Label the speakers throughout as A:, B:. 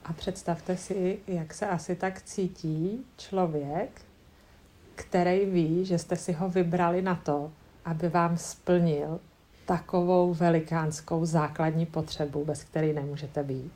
A: A představte si, jak se asi tak cítí člověk, který ví, že jste si ho vybrali na to, aby vám splnil takovou velikánskou základní potřebu, bez které nemůžete být.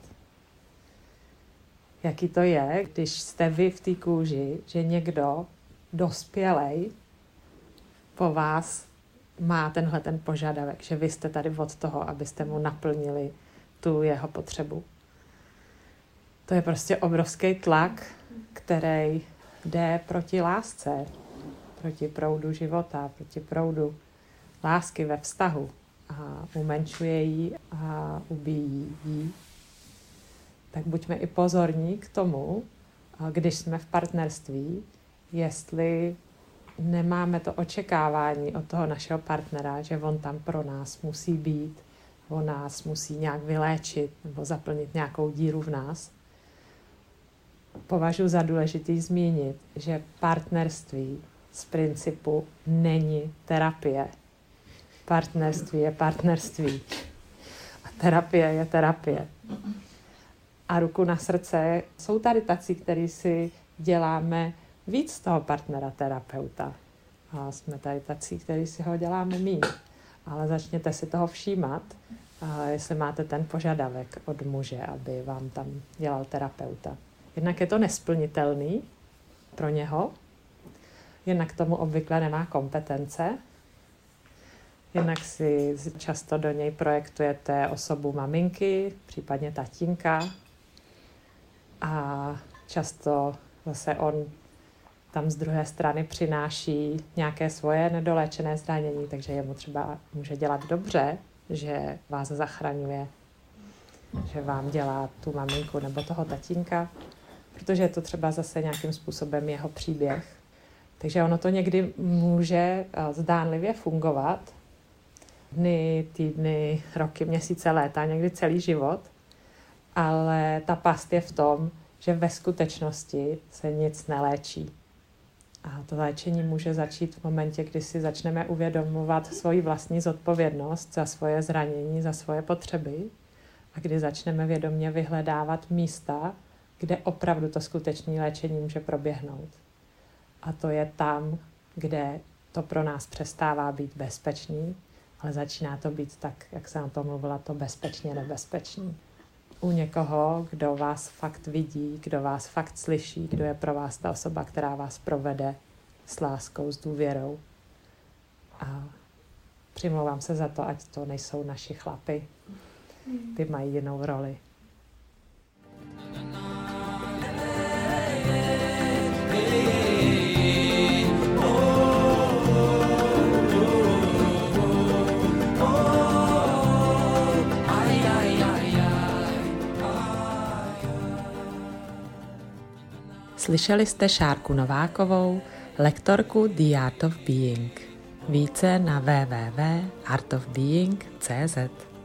A: Jaký to je, když jste vy v té kůži, že někdo dospělej po vás má tenhle ten požadavek, že vy jste tady od toho, abyste mu naplnili tu jeho potřebu. To je prostě obrovský tlak, který jde proti lásce, proti proudu života, proti proudu lásky ve vztahu a umenšuje ji a ubíjí ji. Tak buďme i pozorní k tomu, když jsme v partnerství, jestli nemáme to očekávání od toho našeho partnera, že on tam pro nás musí být, on nás musí nějak vyléčit nebo zaplnit nějakou díru v nás. Považuji za důležitý zmínit, že partnerství z principu není terapie. Partnerství je partnerství. A terapie je terapie. A ruku na srdce, jsou tady tací, který si děláme víc z toho partnera terapeuta. A jsme tady tací, který si ho děláme míň. Ale začněte si toho všímat, jestli máte ten požadavek od muže, aby vám tam dělal terapeuta. Jednak je to nesplnitelný pro něho, jednak k tomu obvykle nemá kompetence, jednak si často do něj projektujete osobu maminky, případně tatínka a často zase on tam z druhé strany přináší nějaké svoje nedoléčené zranění, takže jemu třeba může dělat dobře, že vás zachraňuje, že vám dělá tu maminku nebo toho tatínka, protože je to třeba zase nějakým způsobem jeho příběh. Takže ono to někdy může zdánlivě fungovat dny, týdny, roky, měsíce, léta, někdy celý život, ale ta past je v tom, že ve skutečnosti se nic neléčí. A to léčení může začít v momentě, kdy si začneme uvědomovat svoji vlastní zodpovědnost za svoje zranění, za svoje potřeby a kdy začneme vědomě vyhledávat místa, kde opravdu to skutečné léčení může proběhnout. A to je tam, kde to pro nás přestává být bezpečný, ale začíná to být tak, jak jsem o tom mluvila, to bezpečně nebezpečný. U někoho, kdo vás fakt vidí, kdo vás fakt slyší, kdo je pro vás ta osoba, která vás provede s láskou, s důvěrou. A přimlouvám se za to, ať to nejsou naši chlapi. Ty mají jinou roli. Slyšeli jste Šárku Novákovou, lektorku The Art of Being. Více na www.artofbeing.cz.